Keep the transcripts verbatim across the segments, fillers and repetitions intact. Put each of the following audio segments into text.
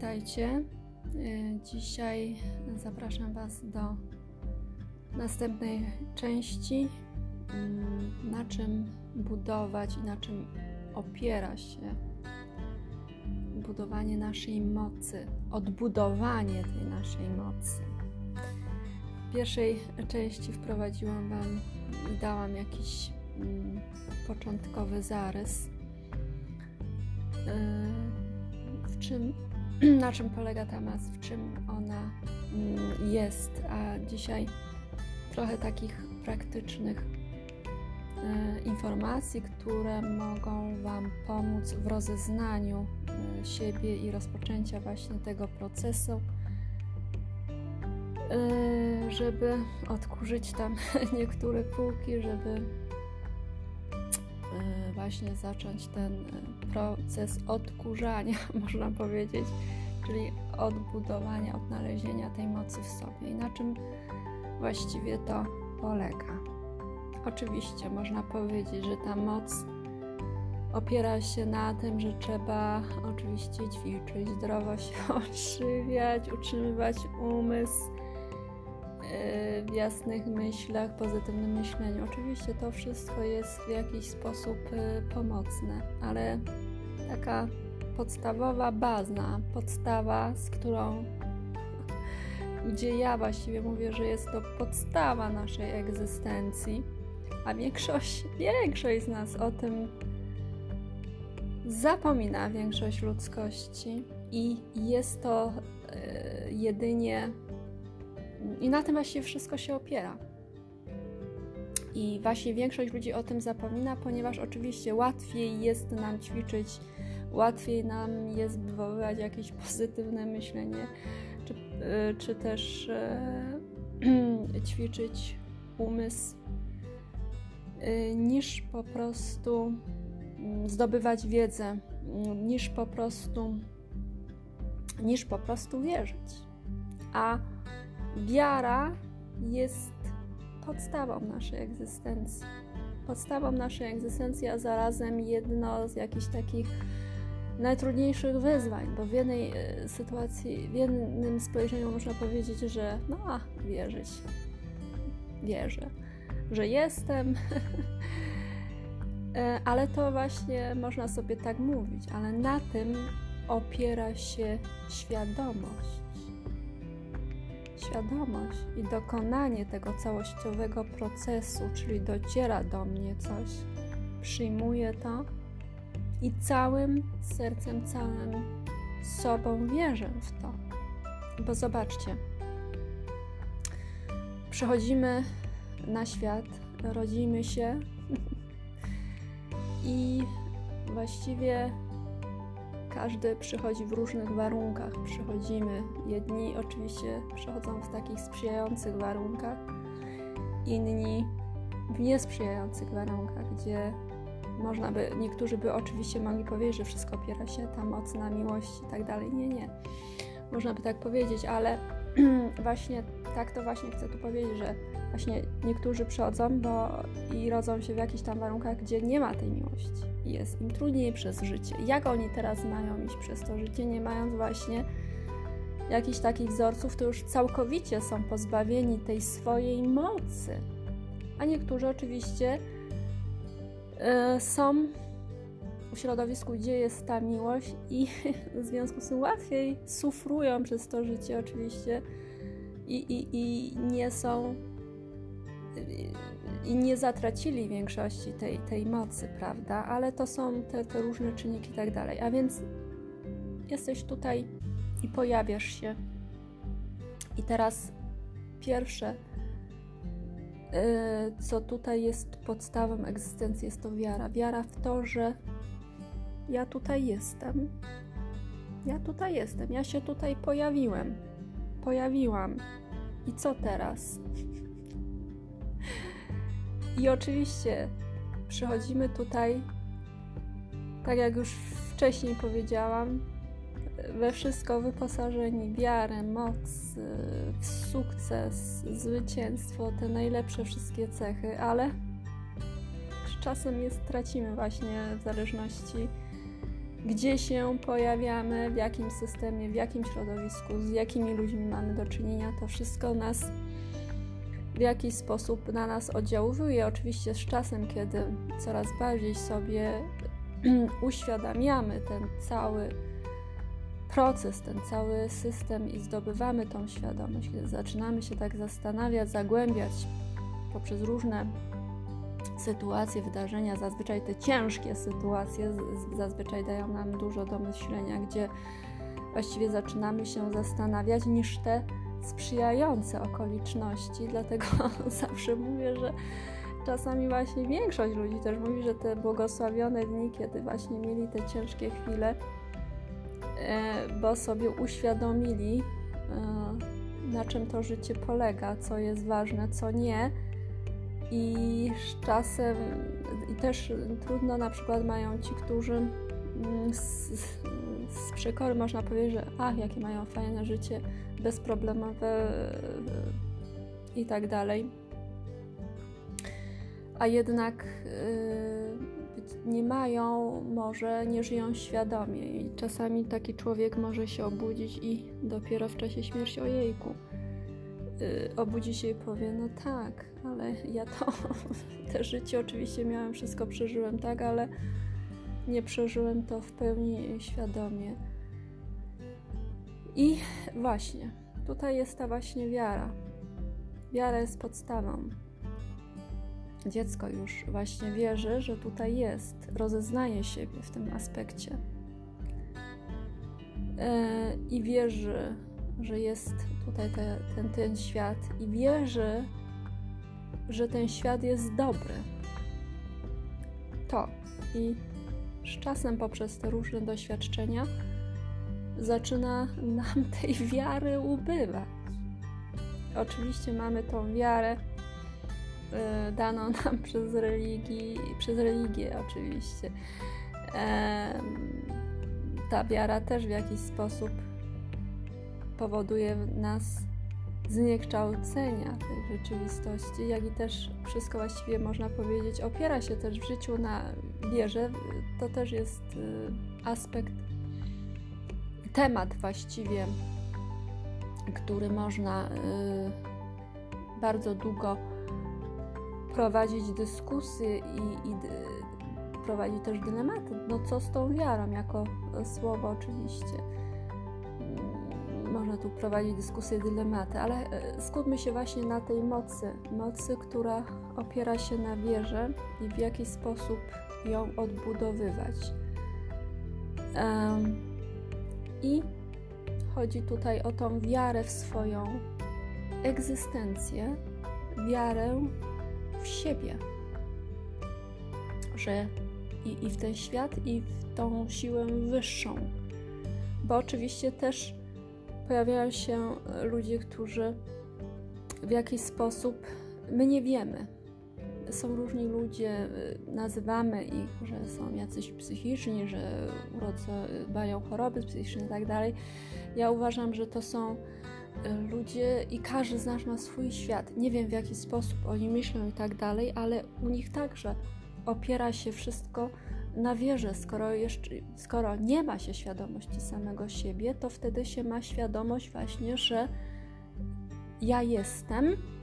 witajcie. Dzisiaj zapraszam Was do następnej części, na czym budować i na czym opiera się budowanie naszej mocy, odbudowanie tej naszej mocy. W pierwszej części wprowadziłam Wam i dałam jakiś mm, początkowy zarys, w czym, na czym polega ta moc, w czym ona jest, a dzisiaj trochę takich praktycznych informacji, które mogą Wam pomóc w rozeznaniu siebie i rozpoczęcia właśnie tego procesu, żeby odkurzyć tam niektóre półki, żeby właśnie zacząć ten proces odkurzania, można powiedzieć, czyli odbudowania, odnalezienia tej mocy w sobie. I na czym właściwie to polega? Oczywiście można powiedzieć, że ta moc opiera się na tym, że trzeba oczywiście ćwiczyć, zdrowo się odżywiać, utrzymywać umysł w jasnych myślach, pozytywnym myśleniu. Oczywiście to wszystko jest w jakiś sposób pomocne, ale taka podstawowa baza, podstawa, z którą, gdzie ja właściwie mówię, że jest to podstawa naszej egzystencji, a większość, większość z nas o tym zapomina, większość ludzkości, i jest to y, jedynie i na tym właśnie wszystko się opiera. I właśnie większość ludzi o tym zapomina, ponieważ oczywiście łatwiej jest nam ćwiczyć, łatwiej nam jest wywoływać jakieś pozytywne myślenie, czy, czy też e, ćwiczyć umysł, e, niż po prostu zdobywać wiedzę, niż po prostu, niż po prostu wierzyć. A wiara jest podstawą naszej egzystencji. Podstawą naszej egzystencji, a zarazem jedno z jakichś takich najtrudniejszych wyzwań, bo w jednej sytuacji, w jednym spojrzeniu można powiedzieć, że no, a, wierzyć, wierzę, że jestem, ale to właśnie można sobie tak mówić, ale na tym opiera się świadomość. Świadomość i dokonanie tego całościowego procesu, czyli dociera do mnie coś, przyjmuję to i całym sercem, całym sobą wierzę w to. Bo zobaczcie, przychodzimy na świat, rodzimy się i właściwie każdy przychodzi w różnych warunkach. Przychodzimy, jedni oczywiście przychodzą w takich sprzyjających warunkach, inni w niesprzyjających warunkach, gdzie można by, niektórzy by oczywiście mogli powiedzieć, że wszystko opiera się ta moc na miłości i tak dalej. Nie, nie. Można by tak powiedzieć, ale właśnie tak to właśnie chcę tu powiedzieć, że właśnie niektórzy przychodzą bo i rodzą się w jakichś tam warunkach, gdzie nie ma tej miłości. Jest im trudniej przez życie. Jak oni teraz mają iść przez to życie, nie mając właśnie jakichś takich wzorców, to już całkowicie są pozbawieni tej swojej mocy. A niektórzy oczywiście yy, są w środowisku, gdzie jest ta miłość i w związku z tym łatwiej sufrują przez to życie oczywiście i, i, i nie są i nie zatracili większości tej, tej mocy, prawda? Ale to są te, te różne czynniki i tak dalej. A więc jesteś tutaj i pojawiasz się. I teraz pierwsze, yy, co tutaj jest podstawą egzystencji, jest to wiara. Wiara w to, że ja tutaj jestem. Ja tutaj jestem. Ja się tutaj pojawiłem. Pojawiłam. I co teraz? I oczywiście przychodzimy tutaj, tak jak już wcześniej powiedziałam, we wszystko wyposażeni w wiarę, moc, w sukces, zwycięstwo, te najlepsze wszystkie cechy, ale czasem je stracimy właśnie w zależności gdzie się pojawiamy, w jakim systemie, w jakim środowisku, z jakimi ludźmi mamy do czynienia, to wszystko nas w jakiś sposób na nas oddziałuje. Oczywiście z czasem, kiedy coraz bardziej sobie uświadamiamy ten cały proces, ten cały system i zdobywamy tą świadomość, kiedy zaczynamy się tak zastanawiać, zagłębiać poprzez różne sytuacje, wydarzenia, zazwyczaj te ciężkie sytuacje z, zazwyczaj dają nam dużo do myślenia, gdzie właściwie zaczynamy się zastanawiać, niż te sprzyjające okoliczności. Dlatego zawsze mówię, że czasami właśnie większość ludzi też mówi, że te błogosławione dni, kiedy właśnie mieli te ciężkie chwile, bo sobie uświadomili, na czym to życie polega, co jest ważne, co nie. I z czasem, i też trudno na przykład mają ci, którzy z, z przekory można powiedzieć, że ach, jakie mają fajne życie, bezproblemowe i tak dalej. A jednak yy, nie mają, może nie żyją świadomie i czasami taki człowiek może się obudzić i dopiero w czasie śmierci, ojejku, yy, obudzi się i powie, no tak, ale ja to, te życie oczywiście miałem, wszystko przeżyłem, tak, ale nie przeżyłem to w pełni świadomie. I właśnie, tutaj jest ta właśnie wiara. Wiara jest podstawą. Dziecko już właśnie wierzy, że tutaj jest, rozeznaje siebie w tym aspekcie. Yy, I wierzy, że jest tutaj te, ten, ten świat i wierzy, że ten świat jest dobry. To. I z czasem poprzez te różne doświadczenia zaczyna nam tej wiary ubywać. Oczywiście mamy tą wiarę y, daną nam przez religii, przez religię oczywiście. E, ta wiara też w jakiś sposób powoduje w nas zniekształcenia tej rzeczywistości, jak i też wszystko właściwie można powiedzieć opiera się też w życiu na wierze. To też jest y, aspekt, temat właściwie, który można y, bardzo długo prowadzić dyskusje i, i y, prowadzić też dylematy. No co z tą wiarą jako słowo oczywiście. Można tu prowadzić dyskusje, dylematy, ale skupmy się właśnie na tej mocy, mocy, która opiera się na wierze i w jaki sposób ją odbudowywać. Um, I chodzi tutaj o tą wiarę w swoją egzystencję, wiarę w siebie, że i, i w ten świat, i w tą siłę wyższą, bo oczywiście też pojawiają się ludzie, którzy w jakiś sposób, my nie wiemy, są różni ludzie, nazywamy ich, że są jacyś psychiczni, że urodza, mają choroby psychiczne i tak dalej. Ja uważam, że to są ludzie i każdy z nas ma swój świat. Nie wiem, w jaki sposób oni myślą i tak dalej, ale u nich także opiera się wszystko na wierze. Skoro, jeszcze, skoro nie ma się świadomości samego siebie, to wtedy się ma świadomość właśnie, że ja jestem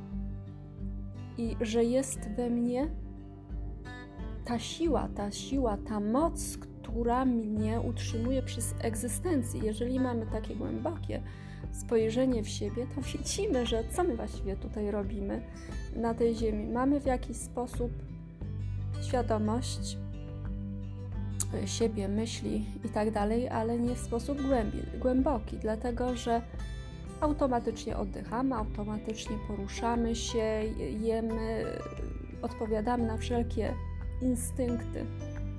i że jest we mnie ta siła, ta siła, ta moc, która mnie utrzymuje przez egzystencję. Jeżeli mamy takie głębokie spojrzenie w siebie, to widzimy, że co my właściwie tutaj robimy na tej ziemi. Mamy w jakiś sposób świadomość siebie, myśli i tak dalej, ale nie w sposób głęboki, dlatego że automatycznie oddychamy, automatycznie poruszamy się, jemy, odpowiadamy na wszelkie instynkty, yy,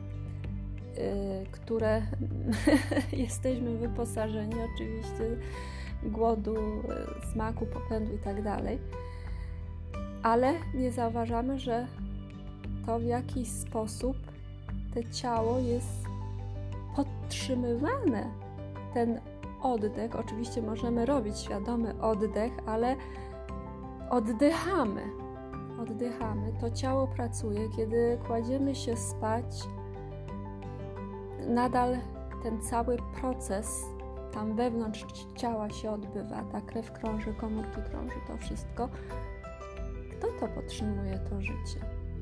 które jesteśmy wyposażeni, oczywiście głodu, smaku, popędu i tak dalej, ale nie zauważamy, że to w jakiś sposób to ciało jest podtrzymywane. Ten oddech, oczywiście możemy robić świadomy oddech, ale oddychamy. Oddychamy. To ciało pracuje. Kiedy kładziemy się spać, nadal ten cały proces tam wewnątrz ciała się odbywa, ta krew krąży, komórki krąży, to wszystko. Kto to podtrzymuje to życie?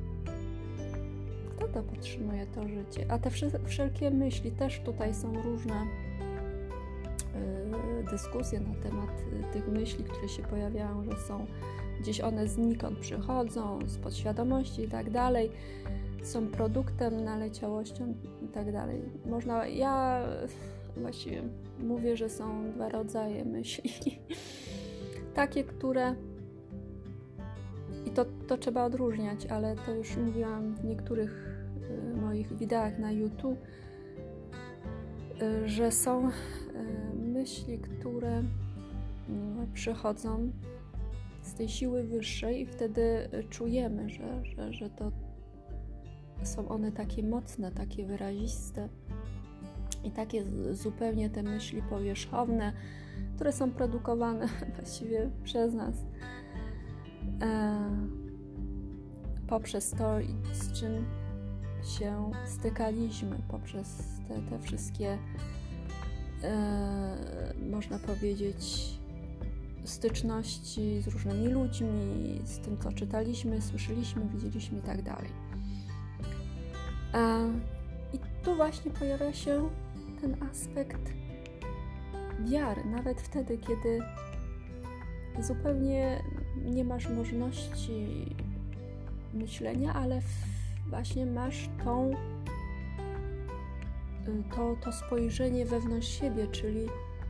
Kto to podtrzymuje to życie? A te wszelkie myśli, też tutaj są różne yy, dyskusje na temat tych myśli, które się pojawiają, że są gdzieś one znikąd przychodzą, z podświadomości i tak dalej, są produktem, naleciałością i tak dalej. Można, ja właściwie mówię, że są dwa rodzaje myśli. Takie, które i to, to trzeba odróżniać, ale to już mówiłam w niektórych y, moich wideach na YouTube, y, że są y, myśli, które y, przychodzą z tej siły wyższej i wtedy czujemy, że, że, że to są one takie mocne, takie wyraziste i takie zupełnie te myśli powierzchowne, które są produkowane właściwie przez nas e, poprzez to, z czym się stykaliśmy, poprzez te, te wszystkie e, można powiedzieć styczności z różnymi ludźmi, z tym, co czytaliśmy, słyszeliśmy, widzieliśmy i tak dalej. I tu właśnie pojawia się ten aspekt wiary, nawet wtedy, kiedy zupełnie nie masz możliwości myślenia, ale właśnie masz tą, to, to spojrzenie wewnątrz siebie, czyli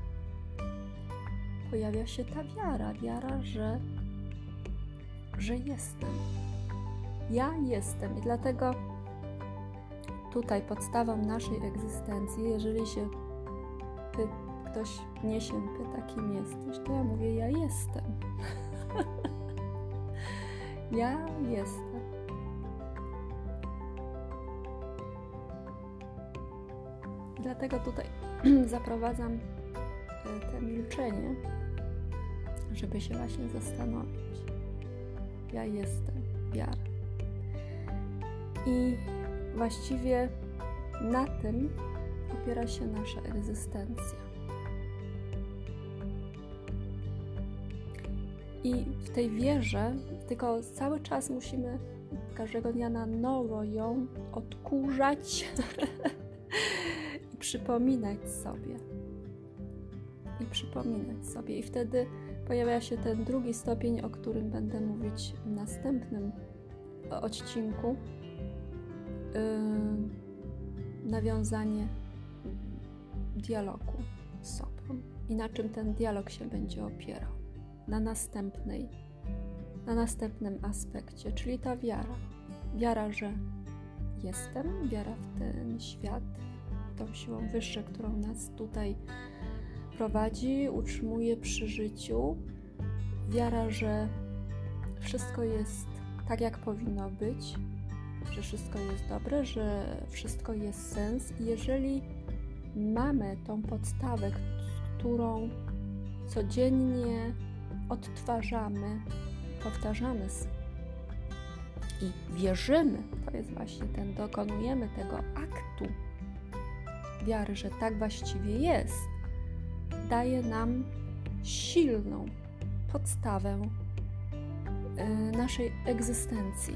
pojawia się ta wiara, wiara, że, że jestem. Ja jestem i dlatego tutaj podstawą naszej egzystencji, jeżeli się py, ktoś mnie się pyta, kim jesteś, to ja mówię, ja jestem. Ja jestem. Dlatego tutaj zaprowadzam te milczenie, żeby się właśnie zastanowić. Ja jestem, wiara. I właściwie na tym opiera się nasza egzystencja. I w tej wierze, tylko cały czas musimy każdego dnia na nowo ją odkurzać i przypominać sobie. I przypominać sobie. I wtedy pojawia się ten drugi stopień, o którym będę mówić w następnym odcinku. Yy, nawiązanie dialogu z sobą i na czym ten dialog się będzie opierał na następnej, na następnym aspekcie, czyli ta wiara. Wiara, że jestem, wiara w ten świat, tą siłą wyższą, którą nas tutaj prowadzi, utrzymuje przy życiu. Wiara, że wszystko jest tak, jak powinno być, że wszystko jest dobre, że wszystko jest sens. I jeżeli mamy tą podstawę, którą codziennie odtwarzamy, powtarzamy i wierzymy, to jest właśnie ten, dokonujemy tego aktu wiary, że tak właściwie jest, daje nam silną podstawę y, naszej egzystencji.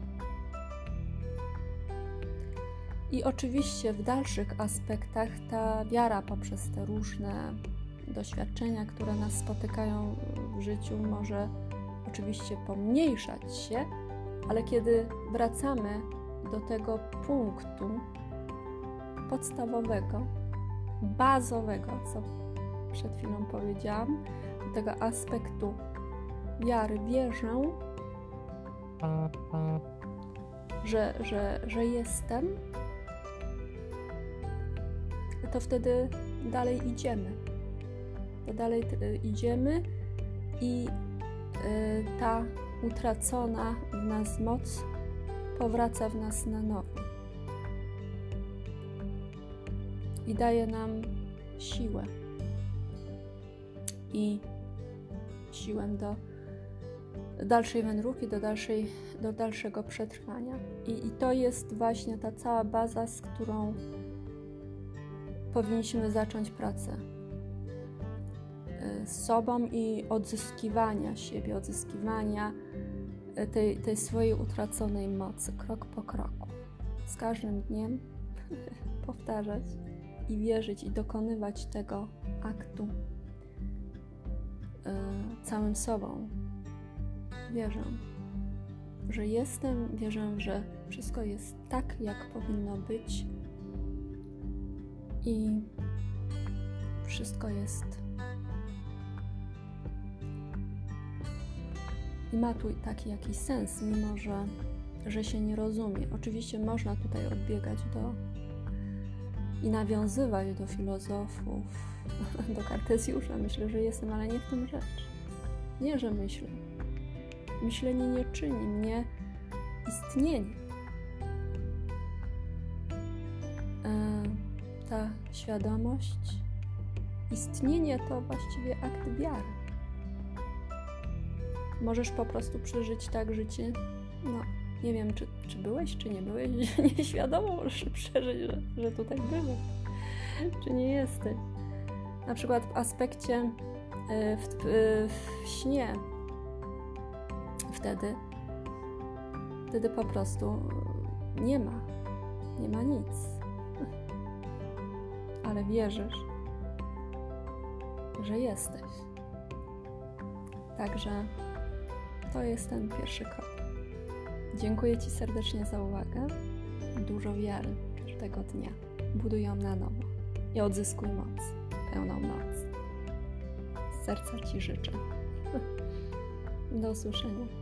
I oczywiście w dalszych aspektach ta wiara poprzez te różne doświadczenia, które nas spotykają w życiu, może oczywiście pomniejszać się, ale kiedy wracamy do tego punktu podstawowego, bazowego, co przed chwilą powiedziałam, do tego aspektu wiary, wierzę, że, że, że jestem, to wtedy dalej idziemy. To dalej idziemy i y, ta utracona w nas moc powraca w nas na nowo. I daje nam siłę. I siłę do dalszej wędrówki, do, dalszej, do dalszego przetrwania. I, I to jest właśnie ta cała baza, z którą powinniśmy zacząć pracę z sobą i odzyskiwania siebie, odzyskiwania tej, tej swojej utraconej mocy, krok po kroku. Z każdym dniem powtarzać i wierzyć i dokonywać tego aktu y, całym sobą. Wierzę, że jestem, wierzę, że wszystko jest tak, jak powinno być i wszystko jest i ma tu taki jakiś sens, mimo że, że się nie rozumie. Oczywiście można tutaj odbiegać do i nawiązywać do filozofów, do Kartezjusza. Myślę, że jestem, ale nie w tym rzecz. Nie, że myślę. Myślenie nie czyni mnie istnienie. E, ta świadomość, istnienie to właściwie akt wiary. Możesz po prostu przeżyć tak życie, no nie wiem, czy, czy byłeś, czy nie byłeś, nieświadomo możesz przeżyć, że, że tutaj byłeś, czy nie jesteś. Na przykład w aspekcie, w, w, w śnie, wtedy, wtedy po prostu nie ma, nie ma nic. Ale wierzysz, że jesteś. Także to jest ten pierwszy krok. Dziękuję Ci serdecznie za uwagę. Dużo wiary każdego dnia. Buduj ją na nowo i odzyskuj moc, pełną noc. Z serca Ci życzę. Do usłyszenia.